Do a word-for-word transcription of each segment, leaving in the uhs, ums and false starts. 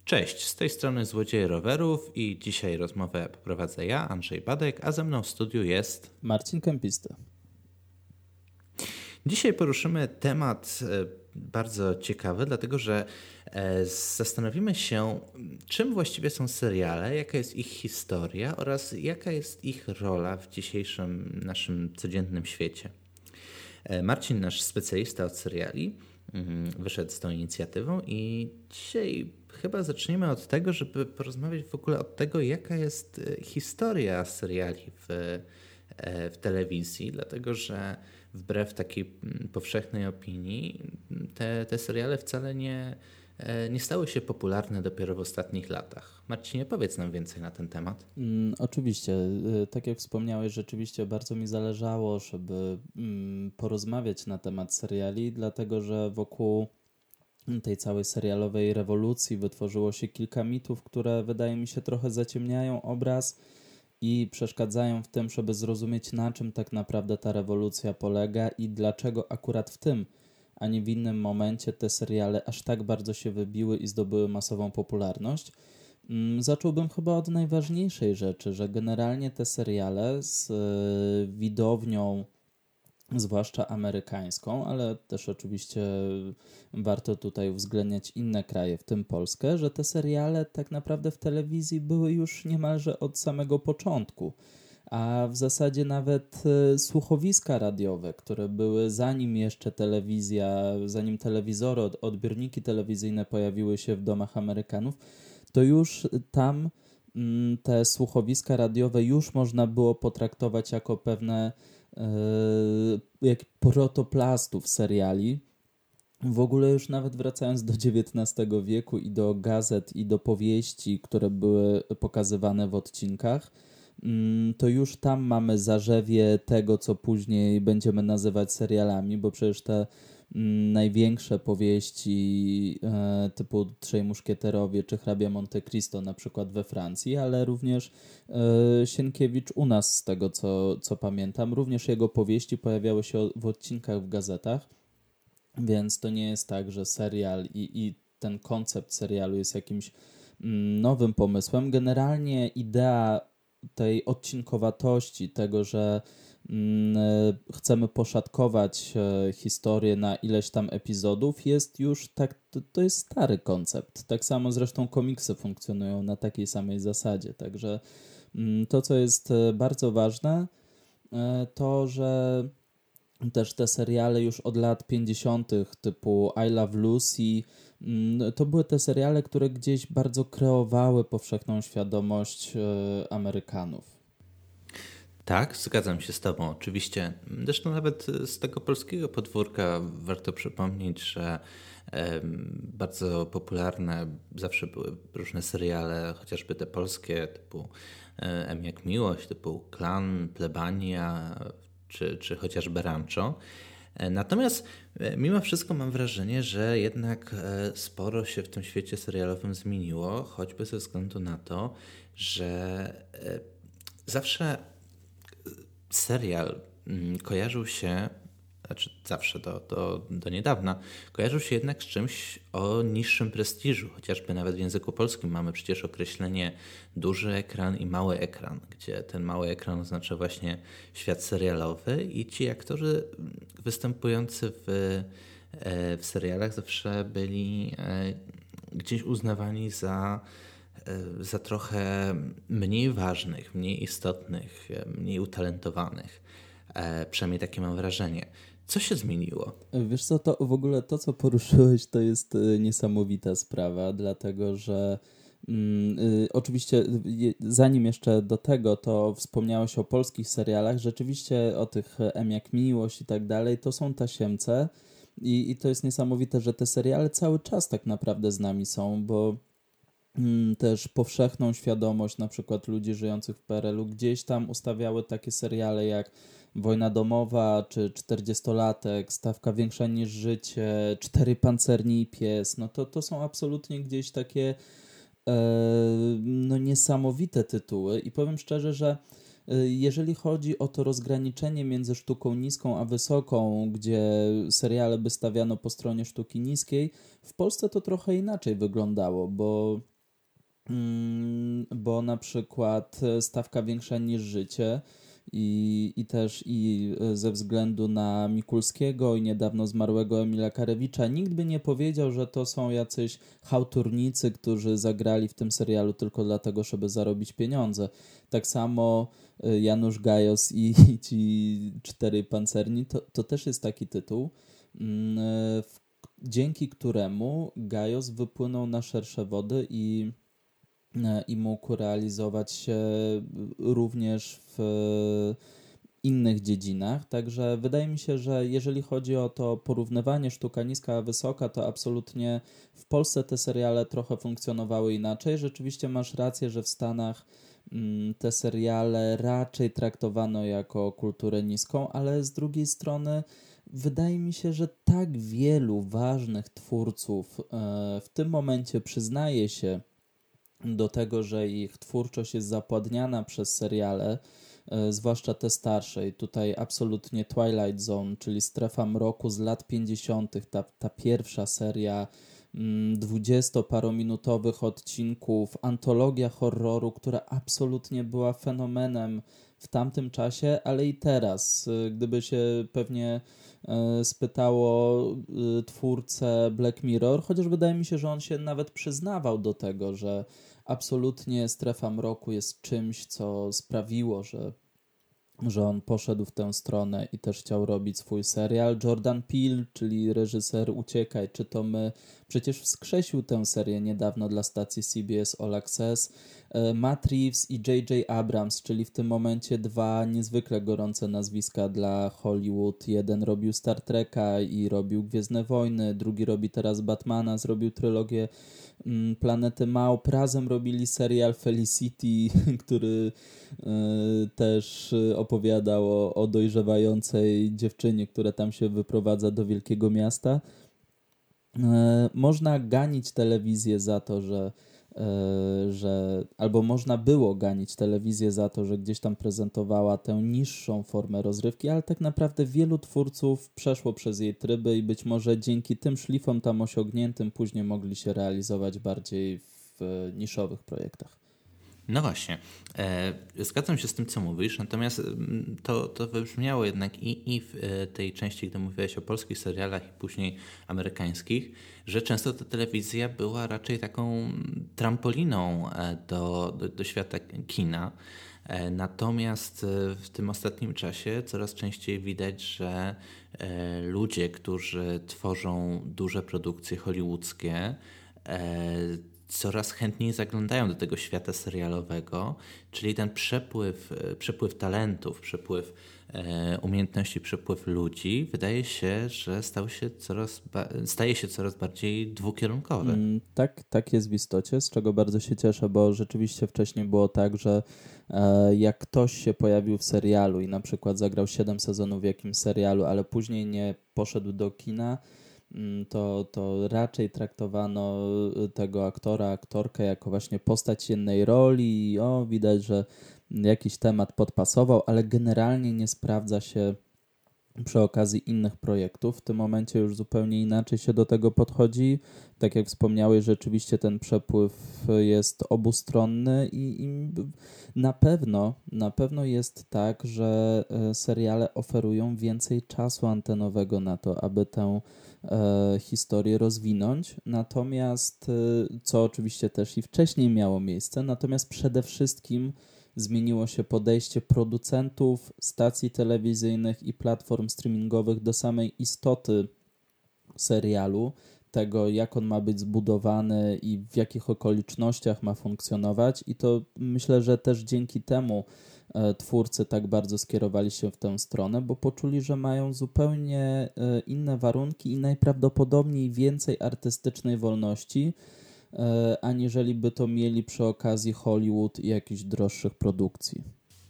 Cześć, z tej strony Złodzieje Rowerów i dzisiaj rozmowę poprowadzę ja, Andrzej Badek, a ze mną w studiu jest Marcin Kępisty. Dzisiaj poruszymy temat bardzo ciekawy, dlatego że zastanowimy się, czym właściwie są seriale, jaka jest ich historia oraz jaka jest ich rola w dzisiejszym naszym codziennym świecie. Marcin, nasz specjalista od seriali, wyszedł z tą inicjatywą i dzisiaj chyba zaczniemy od tego, żeby porozmawiać w ogóle od tego, jaka jest historia seriali w, w telewizji, dlatego że wbrew takiej powszechnej opinii te, te seriale wcale nie, nie stały się popularne dopiero w ostatnich latach. Marcinie, powiedz nam więcej na ten temat. Mm, oczywiście, tak jak wspomniałeś, rzeczywiście bardzo mi zależało, żeby mm, porozmawiać na temat seriali, dlatego że wokół tej całej serialowej rewolucji wytworzyło się kilka mitów, które wydaje mi się trochę zaciemniają obraz i przeszkadzają w tym, żeby zrozumieć, na czym tak naprawdę ta rewolucja polega i dlaczego akurat w tym, a nie w innym momencie te seriale aż tak bardzo się wybiły i zdobyły masową popularność. Zacząłbym chyba od najważniejszej rzeczy, że generalnie te seriale z widownią, zwłaszcza amerykańską, ale też oczywiście warto tutaj uwzględniać inne kraje, w tym Polskę, że te seriale tak naprawdę w telewizji były już niemalże od samego początku, a w zasadzie nawet słuchowiska radiowe, które były zanim jeszcze telewizja, zanim telewizory, odbiorniki telewizyjne pojawiły się w domach Amerykanów, to już tam te słuchowiska radiowe już można było potraktować jako pewne jak protoplastów seriali. W ogóle już nawet wracając do dziewiętnastego wieku i do gazet i do powieści, które były pokazywane w odcinkach, to już tam mamy zarzewie tego, co później będziemy nazywać serialami, bo przecież te największe powieści e, typu Trzej Muszkieterowie czy Hrabia Monte Cristo na przykład we Francji, ale również e, Sienkiewicz u nas, z tego co, co pamiętam, również jego powieści pojawiały się w odcinkach w gazetach, więc to nie jest tak, że serial i, i ten koncept serialu jest jakimś mm, nowym pomysłem. Generalnie idea tej odcinkowatości, tego, że chcemy poszatkować historię na ileś tam epizodów, jest już tak, to, to jest stary koncept. Tak samo zresztą komiksy funkcjonują na takiej samej zasadzie. Także to, co jest bardzo ważne, to, że też te seriale już od lat pięćdziesiątych typu I Love Lucy, to były te seriale, które gdzieś bardzo kreowały powszechną świadomość Amerykanów. Tak, zgadzam się z Tobą, oczywiście. Zresztą nawet z tego polskiego podwórka warto przypomnieć, że e, bardzo popularne zawsze były różne seriale, chociażby te polskie, typu e, M jak Miłość, typu Klan, Plebania, czy, czy chociażby Rancho. E, natomiast e, mimo wszystko mam wrażenie, że jednak e, sporo się w tym świecie serialowym zmieniło, choćby ze względu na to, że e, zawsze serial kojarzył się, znaczy zawsze do, do, do niedawna, kojarzył się jednak z czymś o niższym prestiżu, chociażby nawet w języku polskim mamy przecież określenie duży ekran i mały ekran, gdzie ten mały ekran oznacza właśnie świat serialowy i ci aktorzy występujący w, w serialach zawsze byli gdzieś uznawani za za trochę mniej ważnych, mniej istotnych, mniej utalentowanych. E, przynajmniej takie mam wrażenie. Co się zmieniło? Wiesz co, to w ogóle to, co poruszyłeś, to jest niesamowita sprawa, dlatego że mm, y, oczywiście y, zanim jeszcze do tego, to wspomniałeś o polskich serialach, rzeczywiście o tych M jak Miłość i tak dalej, to są tasiemce i, i to jest niesamowite, że te seriale cały czas tak naprawdę z nami są, bo też powszechną świadomość na przykład ludzi żyjących w P R L u gdzieś tam ustawiały takie seriale jak Wojna domowa czy czterdziestolatek, Stawka większa niż życie, Cztery pancerni i pies. No to, to są absolutnie gdzieś takie e, no niesamowite tytuły i powiem szczerze, że jeżeli chodzi o to rozgraniczenie między sztuką niską a wysoką, gdzie seriale by stawiano po stronie sztuki niskiej, w Polsce to trochę inaczej wyglądało, bo bo na przykład Stawka większa niż życie i, i też i ze względu na Mikulskiego i niedawno zmarłego Emila Karewicza nikt by nie powiedział, że to są jacyś chałturnicy, którzy zagrali w tym serialu tylko dlatego, żeby zarobić pieniądze. Tak samo Janusz Gajos i, i ci Cztery Pancerni to, to też jest taki tytuł, w, dzięki któremu Gajos wypłynął na szersze wody i i mógł realizować się również w innych dziedzinach. Także wydaje mi się, że jeżeli chodzi o to porównywanie sztuka niska a wysoka, to absolutnie w Polsce te seriale trochę funkcjonowały inaczej. Rzeczywiście masz rację, że w Stanach te seriale raczej traktowano jako kulturę niską, ale z drugiej strony wydaje mi się, że tak wielu ważnych twórców w tym momencie przyznaje się do tego, że ich twórczość jest zapładniana przez seriale, e, zwłaszcza te starsze. I tutaj absolutnie Twilight Zone, czyli Strefa Mroku z lat pięćdziesiątych, ta, ta pierwsza seria mm, dwudziestoparominutowych odcinków, antologia horroru, która absolutnie była fenomenem w tamtym czasie, ale i teraz. Gdyby się pewnie e, spytało e, twórcę Black Mirror, chociaż wydaje mi się, że on się nawet przyznawał do tego, że absolutnie Strefa Mroku jest czymś, co sprawiło, że, że on poszedł w tę stronę i też chciał robić swój serial. Jordan Peele, czyli reżyser Uciekaj, czy to my, przecież wskrzesił tę serię niedawno dla stacji C B S All Access. Matt Reeves i J J Abrams, czyli w tym momencie dwa niezwykle gorące nazwiska dla Hollywood. Jeden robił Star Treka i robił Gwiezdne Wojny, drugi robi teraz Batmana, zrobił trylogię Planety Małp. Razem robili serial Felicity, który y, też opowiadał o, o dojrzewającej dziewczynie, która tam się wyprowadza do wielkiego miasta. Y, można ganić telewizję za to, że że albo można było ganić telewizję za to, że gdzieś tam prezentowała tę niższą formę rozrywki, ale tak naprawdę wielu twórców przeszło przez jej tryby i być może dzięki tym szlifom tam osiągniętym później mogli się realizować bardziej w niszowych projektach. No właśnie, e, zgadzam się z tym, co mówisz, natomiast to, to wybrzmiało jednak i, i w tej części, gdy mówiłeś o polskich serialach i później amerykańskich, że często ta telewizja była raczej taką trampoliną do, do, do świata kina. E, natomiast w tym ostatnim czasie coraz częściej widać, że e, ludzie, którzy tworzą duże produkcje hollywoodzkie, e, coraz chętniej zaglądają do tego świata serialowego, czyli ten przepływ, przepływ talentów, przepływ e, umiejętności, przepływ ludzi, wydaje się, że stał się coraz, staje się coraz bardziej dwukierunkowy. Mm, tak, tak jest w istocie, z czego bardzo się cieszę, bo rzeczywiście wcześniej było tak, że e, jak ktoś się pojawił w serialu i na przykład zagrał siedem sezonów w jakimś serialu, ale później nie poszedł do kina, To, to raczej traktowano tego aktora, aktorkę jako właśnie postać jednej roli i o, widać, że jakiś temat podpasował, ale generalnie nie sprawdza się przy okazji innych projektów. W tym momencie już zupełnie inaczej się do tego podchodzi. Tak jak wspomniałeś, rzeczywiście ten przepływ jest obustronny i, i na pewno, na pewno jest tak, że seriale oferują więcej czasu antenowego na to, aby tę e, historię rozwinąć. Natomiast, co oczywiście też i wcześniej miało miejsce, natomiast przede wszystkim zmieniło się podejście producentów, stacji telewizyjnych i platform streamingowych do samej istoty serialu, tego jak on ma być zbudowany i w jakich okolicznościach ma funkcjonować i to myślę, że też dzięki temu e, twórcy tak bardzo skierowali się w tę stronę, bo poczuli, że mają zupełnie e, inne warunki i najprawdopodobniej więcej artystycznej wolności, aniżeli by to mieli przy okazji Hollywood i jakichś droższych produkcji.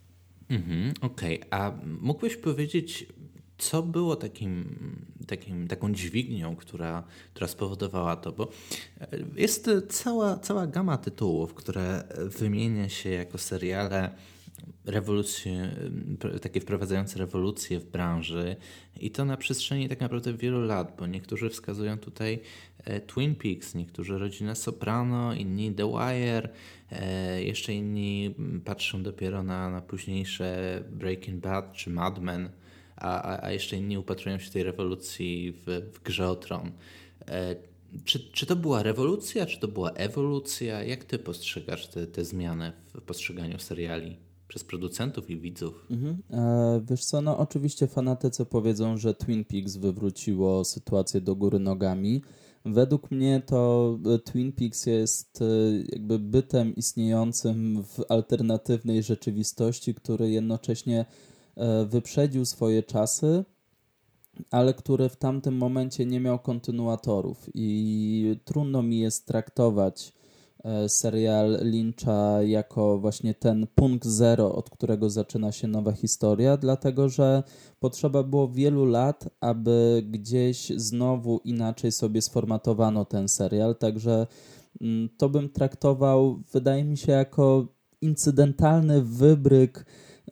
Mhm, okej, okay. A mógłbyś powiedzieć, co było takim, takim, taką dźwignią, która, która spowodowała to? Bo jest cała, cała gama tytułów, które wymienia się jako seriale rewolucje, takie wprowadzające rewolucje w branży i to na przestrzeni tak naprawdę wielu lat, bo niektórzy wskazują tutaj Twin Peaks, niektórzy Rodzinę Soprano, inni The Wire, jeszcze inni patrzą dopiero na, na późniejsze Breaking Bad czy Mad Men, a, a jeszcze inni upatrują się tej rewolucji w, w Grze o Tron. Czy, czy to była rewolucja, czy to była ewolucja? Jak ty postrzegasz te, te zmiany w postrzeganiu seriali przez producentów i widzów? Mhm. E, wiesz co, no oczywiście fanatycy powiedzą, że Twin Peaks wywróciło sytuację do góry nogami. Według mnie to Twin Peaks jest jakby bytem istniejącym w alternatywnej rzeczywistości, który jednocześnie wyprzedził swoje czasy, ale który w tamtym momencie nie miał kontynuatorów i trudno mi jest traktować serial Lyncha jako właśnie ten punkt zero, od którego zaczyna się nowa historia, dlatego że potrzeba było wielu lat, aby gdzieś znowu inaczej sobie sformatowano ten serial, także to bym traktował, wydaje mi się, jako incydentalny wybryk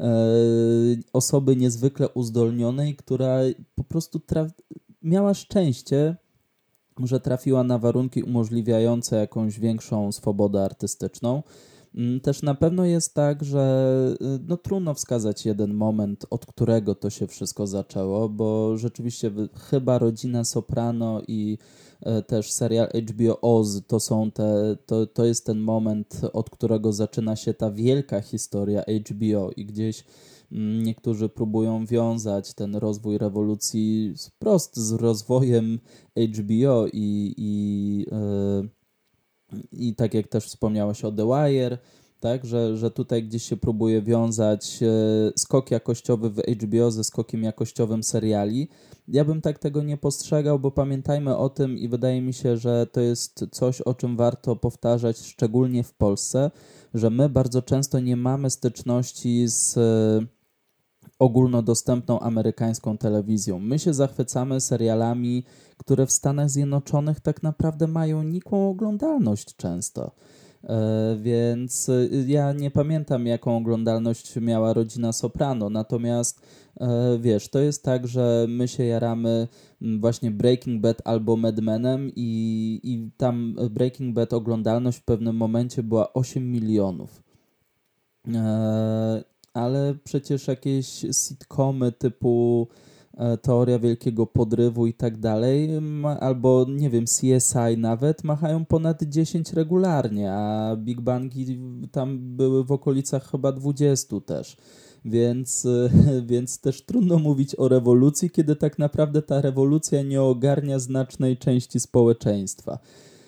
osoby niezwykle uzdolnionej, która po prostu traf- miała szczęście, że trafiła na warunki umożliwiające jakąś większą swobodę artystyczną. Też na pewno jest tak, że no, trudno wskazać jeden moment, od którego to się wszystko zaczęło, bo rzeczywiście chyba Rodzina Soprano i też serial H B O Oz to są te, to, to jest ten moment, od którego zaczyna się ta wielka historia H B O i gdzieś niektórzy próbują wiązać ten rozwój rewolucji wprost z rozwojem H B O i, i, yy, i tak jak też wspomniałeś o The Wire, tak, że, że tutaj gdzieś się próbuje wiązać yy, skok jakościowy w H B O ze skokiem jakościowym seriali. Ja bym tak tego nie postrzegał, bo pamiętajmy o tym i wydaje mi się, że to jest coś, o czym warto powtarzać, szczególnie w Polsce, że my bardzo często nie mamy styczności z yy, ogólnodostępną amerykańską telewizją. My się zachwycamy serialami, które w Stanach Zjednoczonych tak naprawdę mają nikłą oglądalność często. E, więc ja nie pamiętam, jaką oglądalność miała Rodzina Soprano, natomiast e, wiesz, to jest tak, że my się jaramy właśnie Breaking Bad albo Mad Menem i, i tam Breaking Bad oglądalność w pewnym momencie była osiem milionów. E, ale przecież jakieś sitcomy typu Teoria Wielkiego Podrywu i tak dalej, albo nie wiem, C S I nawet, machają ponad dziesięć regularnie, a Big Bangi tam były w okolicach chyba dwadzieścia też. Więc, więc też trudno mówić o rewolucji, kiedy tak naprawdę ta rewolucja nie ogarnia znacznej części społeczeństwa.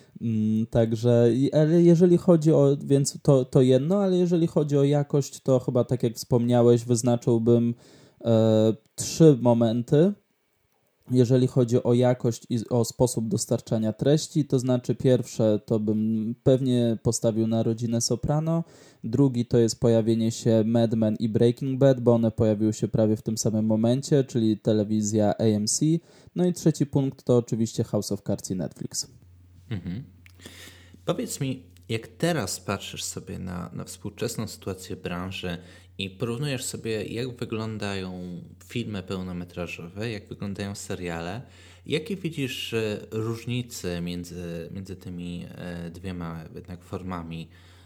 Także, ale jeżeli chodzi o, więc to, to jedno, ale jeżeli chodzi o jakość, to chyba tak jak wspomniałeś, wyznaczyłbym e, trzy momenty. Jeżeli chodzi o jakość i o sposób dostarczania treści, to znaczy pierwsze to bym pewnie postawił na Rodzinę Soprano, drugi to jest pojawienie się Mad Men i Breaking Bad, bo one pojawiły się prawie w tym samym momencie, czyli telewizja A M C, no i trzeci punkt to oczywiście House of Cards i Netflix. Mhm. Powiedz mi, jak teraz patrzysz sobie na, na współczesną sytuację branży i porównujesz sobie, jak wyglądają filmy pełnometrażowe, jak wyglądają seriale, jakie widzisz różnice między, między tymi dwiema jednak formami,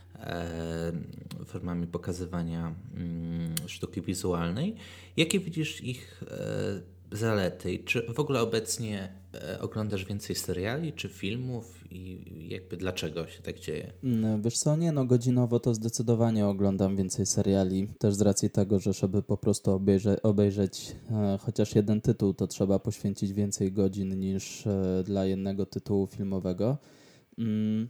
formami pokazywania sztuki wizualnej? Jakie widzisz ich zalety? Czy w ogóle obecnie oglądasz więcej seriali czy filmów i jakby dlaczego się tak dzieje? Wiesz co, nie no, godzinowo to zdecydowanie oglądam więcej seriali, też z racji tego, że żeby po prostu obejrze, obejrzeć e, chociaż jeden tytuł, to trzeba poświęcić więcej godzin niż e, dla jednego tytułu filmowego. Mm.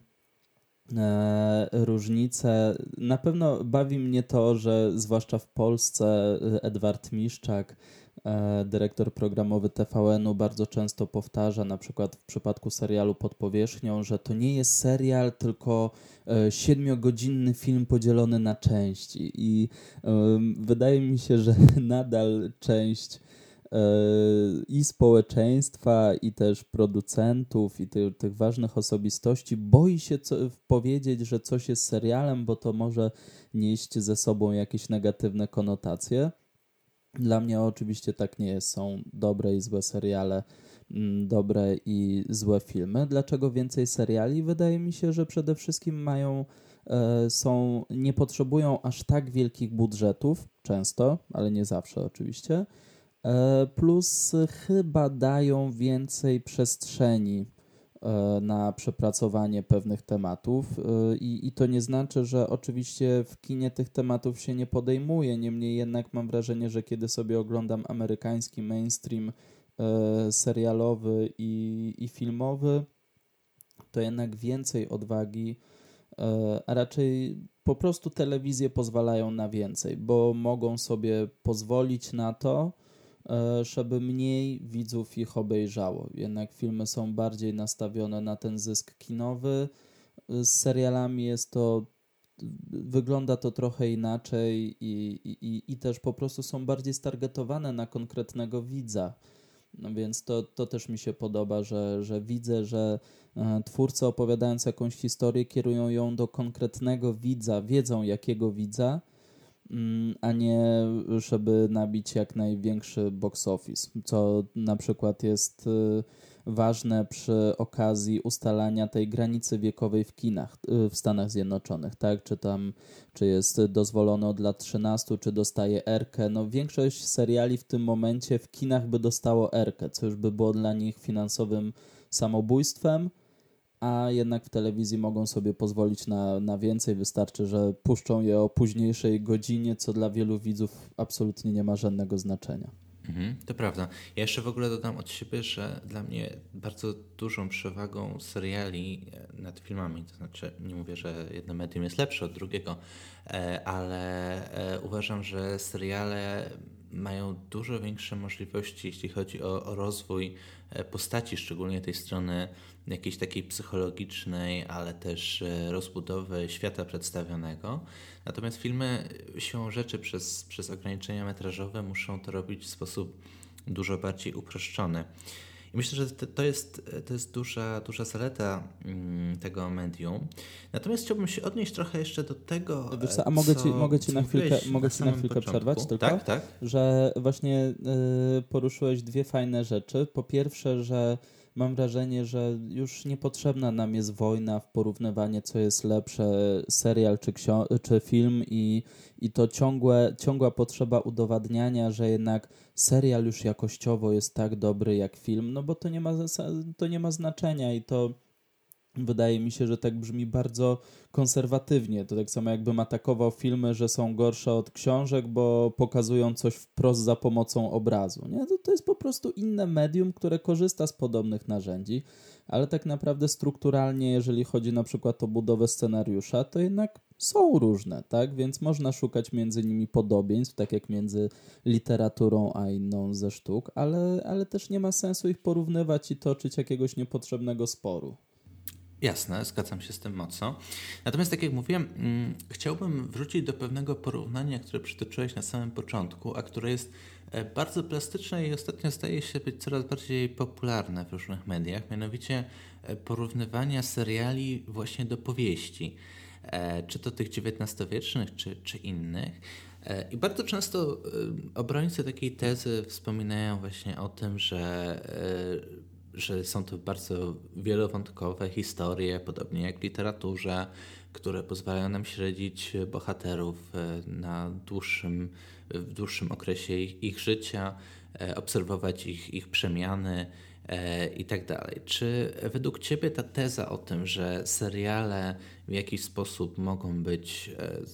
E, różnice, na pewno bawi mnie to, że zwłaszcza w Polsce Edward Miszczak, dyrektor programowy T V N-u, bardzo często powtarza, na przykład w przypadku serialu Pod powierzchnią, że to nie jest serial, tylko siedmiogodzinny film podzielony na części i um, wydaje mi się, że nadal część i społeczeństwa, i też producentów, i ty, tych ważnych osobistości boi się co, powiedzieć, że coś jest serialem, bo to może nieść ze sobą jakieś negatywne konotacje. Dla mnie oczywiście tak nie jest. Są dobre i złe seriale, dobre i złe filmy. Dlaczego więcej seriali? Wydaje mi się, że przede wszystkim mają, są, nie potrzebują aż tak wielkich budżetów, często, ale nie zawsze oczywiście. Plus chyba dają więcej przestrzeni na przepracowanie pewnych tematów i, i to nie znaczy, że oczywiście w kinie tych tematów się nie podejmuje, niemniej jednak mam wrażenie, że kiedy sobie oglądam amerykański mainstream serialowy i, i filmowy, to jednak więcej odwagi, a raczej po prostu telewizje pozwalają na więcej, bo mogą sobie pozwolić na to, żeby mniej widzów ich obejrzało. Jednak filmy są bardziej nastawione na ten zysk kinowy. Z serialami jest to, wygląda to trochę inaczej i, i, i też po prostu są bardziej stargetowane na konkretnego widza. No więc to, to też mi się podoba, że, że widzę, że twórcy opowiadając jakąś historię kierują ją do konkretnego widza, wiedzą jakiego widza, a nie żeby nabić jak największy box office, co na przykład jest ważne przy okazji ustalania tej granicy wiekowej w kinach w Stanach Zjednoczonych, tak? Czy tam, czy jest dozwolone od lat trzynastu, czy dostaje erkę. No większość seriali w tym momencie w kinach by dostało erkę, co już by było dla nich finansowym samobójstwem, a jednak w telewizji mogą sobie pozwolić na, na więcej. Wystarczy, że puszczą je o późniejszej godzinie, co dla wielu widzów absolutnie nie ma żadnego znaczenia. Mhm, to prawda. Ja jeszcze w ogóle dodam od siebie, że dla mnie bardzo dużą przewagą seriali nad filmami, to znaczy nie mówię, że jedno medium jest lepsze od drugiego, ale uważam, że seriale mają dużo większe możliwości, jeśli chodzi o, o rozwój postaci, szczególnie tej strony jakiejś takiej psychologicznej, ale też rozbudowy świata przedstawionego. Natomiast filmy siłą rzeczy przez, przez ograniczenia metrażowe muszą to robić w sposób dużo bardziej uproszczony. I myślę, że to jest, to jest duża, duża zaleta tego medium. Natomiast chciałbym się odnieść trochę jeszcze do tego, Wiesz co, a mogę co, ci, mogę ci co na chwilkę, mogę na ci na chwilkę początku. przerwać tylko? Tak, tak. Że właśnie y, poruszyłeś dwie fajne rzeczy. Po pierwsze, że mam wrażenie, że już niepotrzebna nam jest wojna w porównywanie, co jest lepsze, serial czy, ksio- czy film i, i to ciągłe, ciągła potrzeba udowadniania, że jednak serial już jakościowo jest tak dobry jak film, no bo to nie ma, to nie ma znaczenia i to wydaje mi się, że tak brzmi bardzo konserwatywnie. To tak samo jakbym atakował filmy, że są gorsze od książek, bo pokazują coś wprost za pomocą obrazu. Nie? To, to jest po prostu inne medium, które korzysta z podobnych narzędzi, ale tak naprawdę strukturalnie, jeżeli chodzi na przykład o budowę scenariusza, to jednak są różne, tak? Więc można szukać między nimi podobieństw, tak jak między literaturą a inną ze sztuk, ale, ale też nie ma sensu ich porównywać i toczyć jakiegoś niepotrzebnego sporu. Jasne, zgadzam się z tym mocno. Natomiast tak jak mówiłem, mm, chciałbym wrócić do pewnego porównania, które przytoczyłeś na samym początku, a które jest bardzo plastyczne i ostatnio staje się być coraz bardziej popularne w różnych mediach, mianowicie porównywania seriali właśnie do powieści, e, czy to tych dziewiętnastowiecznych, czy, czy innych. E, I bardzo często e, obrońcy takiej tezy wspominają właśnie o tym, że e, że są to bardzo wielowątkowe historie, podobnie jak w literaturze, które pozwalają nam śledzić bohaterów na dłuższym, w dłuższym okresie ich, ich życia, obserwować ich, ich przemiany i tak dalej. Czy według Ciebie ta teza o tym, że seriale w jakiś sposób mogą być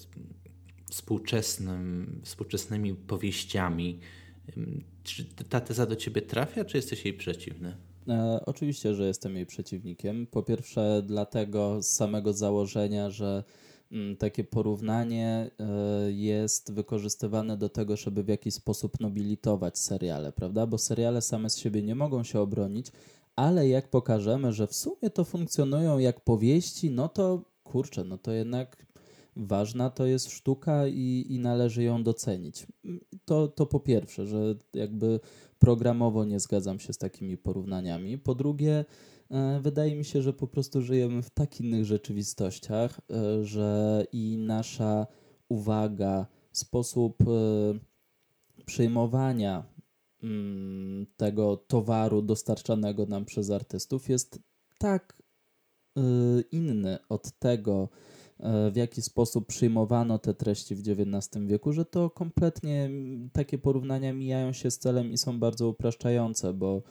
współczesnym, współczesnymi powieściami, czy ta teza do Ciebie trafia, czy jesteś jej przeciwny? E, oczywiście, że jestem jej przeciwnikiem. Po pierwsze dlatego z samego założenia, że m, takie porównanie e, jest wykorzystywane do tego, żeby w jakiś sposób nobilitować seriale, prawda? Bo seriale same z siebie nie mogą się obronić, ale jak pokażemy, że w sumie to funkcjonują jak powieści, no to kurczę, no to jednak ważna to jest sztuka i, i należy ją docenić. To, to po pierwsze, że jakby programowo nie zgadzam się z takimi porównaniami. Po drugie, wydaje mi się, że po prostu żyjemy w tak innych rzeczywistościach, że i nasza uwaga, sposób przyjmowania tego towaru dostarczanego nam przez artystów jest tak inny od tego, w jaki sposób przyjmowano te treści w dziewiętnastym wieku, że to kompletnie takie porównania mijają się z celem i są bardzo upraszczające, bo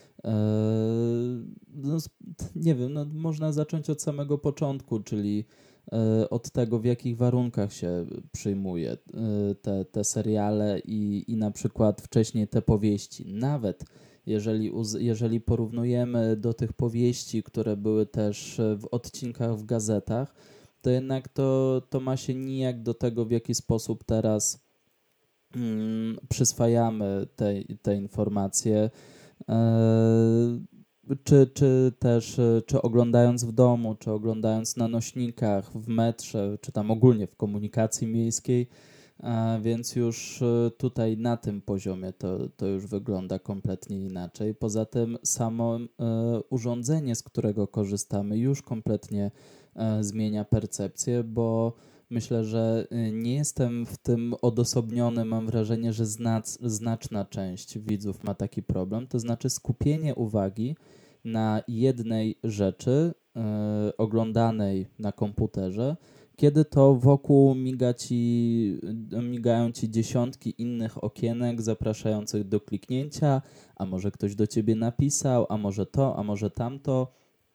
no, nie wiem, no, można zacząć od samego początku, czyli od tego, w jakich warunkach się przyjmuje te, te seriale i, i na przykład wcześniej te powieści. Nawet jeżeli, jeżeli porównujemy do tych powieści, które były też w odcinkach w gazetach, to jednak to, to ma się nijak do tego, w jaki sposób teraz mm, przyswajamy te, te informacje. Czy, czy też czy oglądając w domu, czy oglądając na nośnikach, w metrze, czy tam ogólnie w komunikacji miejskiej, więc już tutaj na tym poziomie to, to już wygląda kompletnie inaczej. Poza tym samo urządzenie, z którego korzystamy, już kompletnie zmienia percepcję, bo myślę, że nie jestem w tym odosobniony. Mam wrażenie, że znac, znaczna część widzów ma taki problem. To znaczy skupienie uwagi na jednej rzeczy e, oglądanej na komputerze, kiedy to wokół miga ci, migają ci dziesiątki innych okienek zapraszających do kliknięcia, a może ktoś do ciebie napisał, a może to, a może tamto.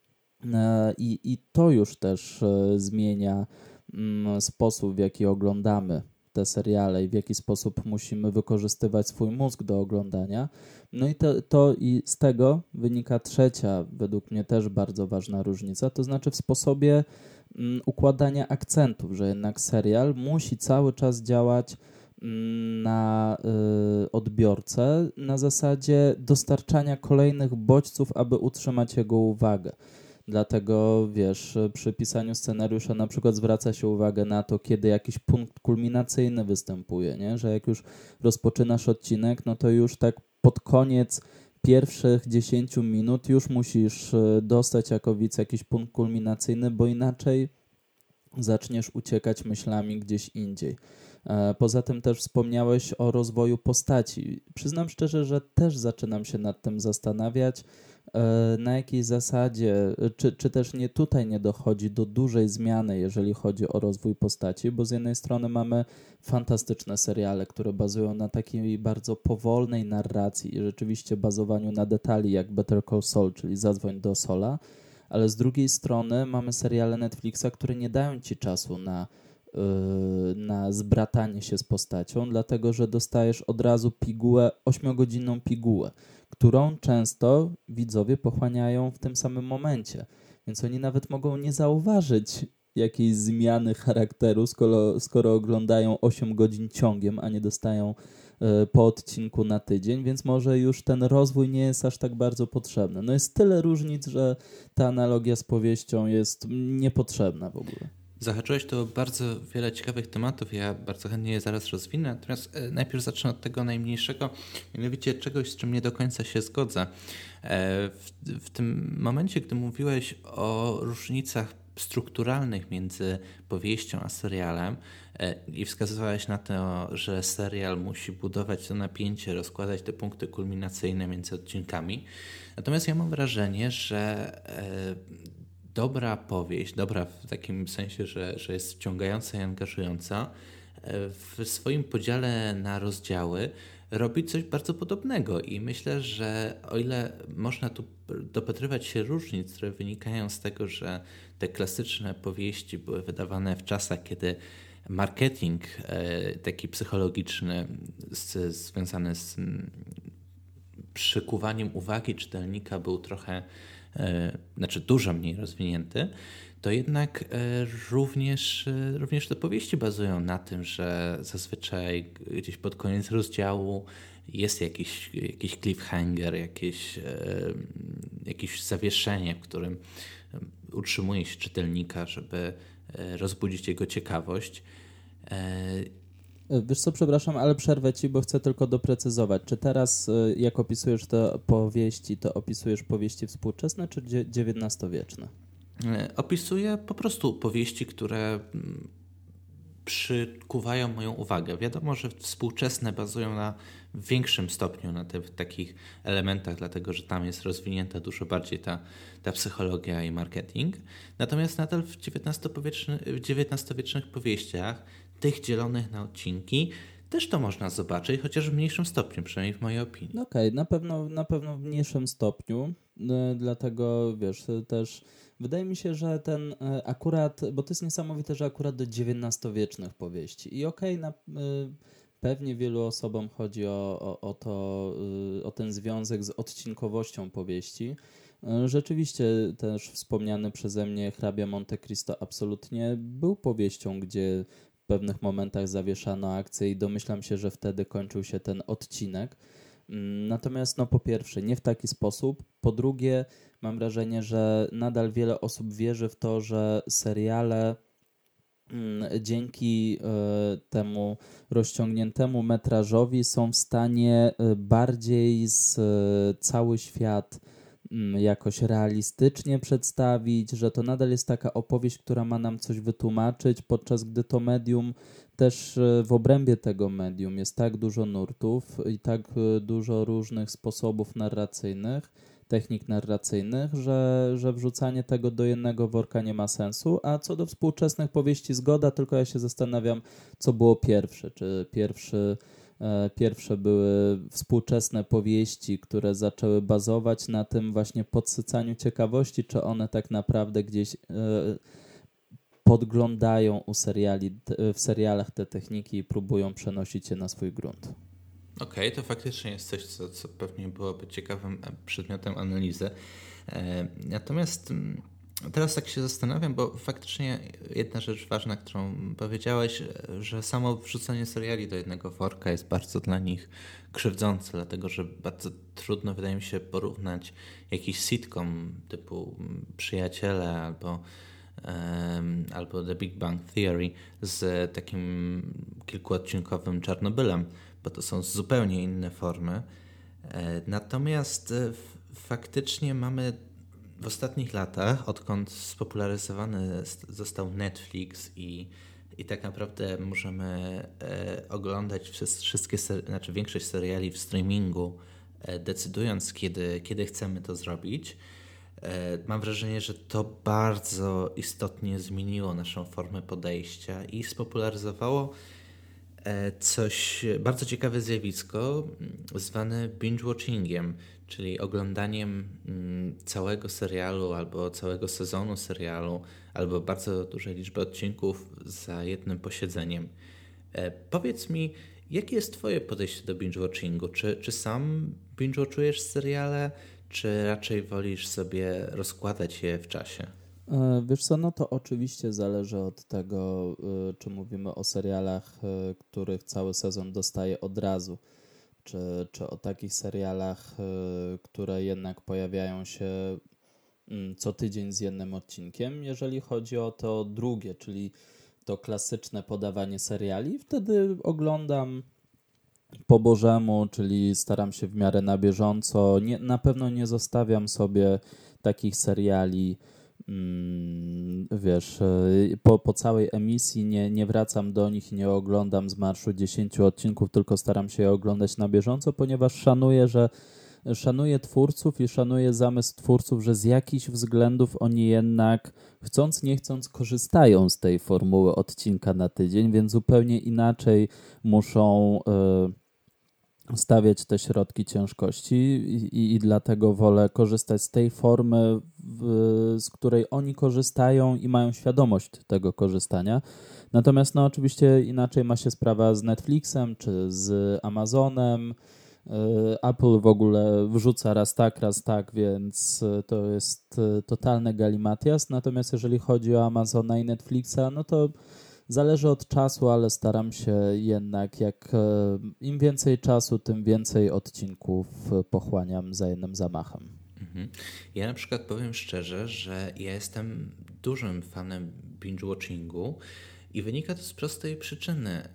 E, i, I to już też e, zmienia sposób, w jaki oglądamy te seriale i w jaki sposób musimy wykorzystywać swój mózg do oglądania. No i to, to i z tego wynika trzecia, według mnie też bardzo ważna różnica, to znaczy w sposobie um, układania akcentów, że jednak serial musi cały czas działać um, na y, odbiorcę na zasadzie dostarczania kolejnych bodźców, aby utrzymać jego uwagę. Dlatego, wiesz, przy pisaniu scenariusza na przykład zwraca się uwagę na to, kiedy jakiś punkt kulminacyjny występuje, nie? Że jak już rozpoczynasz odcinek, no to już tak pod koniec pierwszych dziesięciu minut już musisz dostać jako widz jakiś punkt kulminacyjny, bo inaczej zaczniesz uciekać myślami gdzieś indziej. Poza tym też wspomniałeś o rozwoju postaci. Przyznam szczerze, że też zaczynam się nad tym zastanawiać, na jakiej zasadzie, czy, czy też nie tutaj nie dochodzi do dużej zmiany, jeżeli chodzi o rozwój postaci, bo z jednej strony mamy fantastyczne seriale, które bazują na takiej bardzo powolnej narracji i rzeczywiście bazowaniu na detali, jak Better Call Saul, czyli Zadzwoń do Sola, ale z drugiej strony mamy seriale Netflixa, które nie dają ci czasu na na zbratanie się z postacią, dlatego że dostajesz od razu pigułę, ośmiogodzinną pigułę, którą często widzowie pochłaniają w tym samym momencie. Więc oni nawet mogą nie zauważyć jakiejś zmiany charakteru, skoro, skoro oglądają osiem godzin ciągiem, a nie dostają y, po odcinku na tydzień, więc może już ten rozwój nie jest aż tak bardzo potrzebny. No jest tyle różnic, że ta analogia z powieścią jest niepotrzebna w ogóle. Zahaczyłeś tu bardzo wiele ciekawych tematów, ja bardzo chętnie je zaraz rozwinę, natomiast najpierw zacznę od tego najmniejszego, mianowicie czegoś, z czym nie do końca się zgodzę. W, w tym momencie, gdy mówiłeś o różnicach strukturalnych między powieścią a serialem i wskazywałeś na to, że serial musi budować to napięcie, rozkładać te punkty kulminacyjne między odcinkami, natomiast ja mam wrażenie, że dobra powieść, dobra w takim sensie, że, że jest wciągająca i angażująca, w swoim podziale na rozdziały robi coś bardzo podobnego i myślę, że o ile można tu dopatrywać się różnic, które wynikają z tego, że te klasyczne powieści były wydawane w czasach, kiedy marketing taki psychologiczny z, związany z przykuwaniem uwagi czytelnika był trochę znaczy dużo mniej rozwinięty, to jednak również, również te powieści bazują na tym, że zazwyczaj gdzieś pod koniec rozdziału jest jakiś, jakiś cliffhanger, jakieś, jakieś zawieszenie, w którym utrzymuje się czytelnika, żeby rozbudzić jego ciekawość. Wiesz co, przepraszam, ale przerwę ci, bo chcę tylko doprecyzować. Czy teraz, jak opisujesz te powieści, to opisujesz powieści współczesne czy dziewiętnastowieczne? Opisuję po prostu powieści, które przykuwają moją uwagę. Wiadomo, że współczesne bazują na w większym stopniu na tych takich elementach, dlatego że tam jest rozwinięta dużo bardziej ta, ta psychologia i marketing. Natomiast nadal w dziewiętnastowiecznych powieściach, tych dzielonych na odcinki, też to można zobaczyć, chociaż w mniejszym stopniu, przynajmniej w mojej opinii. Okej, okay, na pewno, na pewno w mniejszym stopniu, dlatego wiesz, też wydaje mi się, że ten akurat, bo to jest niesamowite, że akurat do dziewiętnastowiecznych powieści i okej, okay, pewnie wielu osobom chodzi o, o, o to, o ten związek z odcinkowością powieści. Rzeczywiście też wspomniany przeze mnie hrabia Monte Cristo absolutnie był powieścią, gdzie w pewnych momentach zawieszano akcję i domyślam się, że wtedy kończył się ten odcinek. Natomiast no po pierwsze nie w taki sposób, po drugie mam wrażenie, że nadal wiele osób wierzy w to, że seriale dzięki temu rozciągniętemu metrażowi są w stanie bardziej z cały świat jakoś realistycznie przedstawić, że to nadal jest taka opowieść, która ma nam coś wytłumaczyć, podczas gdy to medium też w obrębie tego medium jest tak dużo nurtów i tak dużo różnych sposobów narracyjnych, technik narracyjnych, że, że wrzucanie tego do jednego worka nie ma sensu, a co do współczesnych powieści zgoda, tylko ja się zastanawiam, co było pierwsze, czy pierwszy Pierwsze były współczesne powieści, które zaczęły bazować na tym właśnie podsycaniu ciekawości, czy one tak naprawdę gdzieś podglądają u seriali, w serialach te techniki i próbują przenosić je na swój grunt. Okej, okay, to faktycznie jest coś, co, co pewnie byłoby ciekawym przedmiotem analizy. Natomiast teraz tak się zastanawiam, bo faktycznie jedna rzecz ważna, którą powiedziałeś, że samo wrzucenie seriali do jednego worka jest bardzo dla nich krzywdzące, dlatego że bardzo trudno, wydaje mi się, porównać jakiś sitcom typu Przyjaciele albo, um, albo The Big Bang Theory z takim kilkuodcinkowym Czarnobylem, bo to są zupełnie inne formy. Natomiast faktycznie mamy w ostatnich latach, odkąd spopularyzowany został Netflix i, i tak naprawdę możemy e, oglądać wszystkie, ser- znaczy większość seriali w streamingu, e, decydując kiedy, kiedy chcemy to zrobić, e, mam wrażenie, że to bardzo istotnie zmieniło naszą formę podejścia i spopularyzowało e, coś, bardzo ciekawe zjawisko zwane binge-watchingiem, czyli oglądaniem całego serialu albo całego sezonu serialu, albo bardzo dużej liczby odcinków za jednym posiedzeniem. E, powiedz mi, jakie jest twoje podejście do binge-watchingu? Czy, czy sam binge-watchujesz seriale, czy raczej wolisz sobie rozkładać je w czasie? Wiesz co, no to oczywiście zależy od tego, czy mówimy o serialach, których cały sezon dostaję od razu. Czy, czy o takich serialach, które jednak pojawiają się co tydzień z jednym odcinkiem. Jeżeli chodzi o to drugie, czyli to klasyczne podawanie seriali, wtedy oglądam po bożemu, czyli staram się w miarę na bieżąco. Nie, na pewno nie zostawiam sobie takich seriali, wiesz, po, po całej emisji nie, nie wracam do nich i nie oglądam z marszu dziesięciu odcinków, tylko staram się je oglądać na bieżąco, ponieważ szanuję, że szanuję twórców i szanuję zamysł twórców, że z jakichś względów oni jednak chcąc nie chcąc korzystają z tej formuły odcinka na tydzień, więc zupełnie inaczej muszą y, stawiać te środki ciężkości i, i dlatego wolę korzystać z tej formy, w, z której oni korzystają i mają świadomość tego korzystania. Natomiast no oczywiście inaczej ma się sprawa z Netflixem czy z Amazonem. Apple w ogóle wrzuca raz tak, raz tak, więc to jest totalny galimatias. Natomiast jeżeli chodzi o Amazona i Netflixa, no to zależy od czasu, ale staram się jednak, jak im więcej czasu, tym więcej odcinków pochłaniam za jednym zamachem. Mhm. Ja na przykład powiem szczerze, że ja jestem dużym fanem binge-watchingu i wynika to z prostej przyczyny.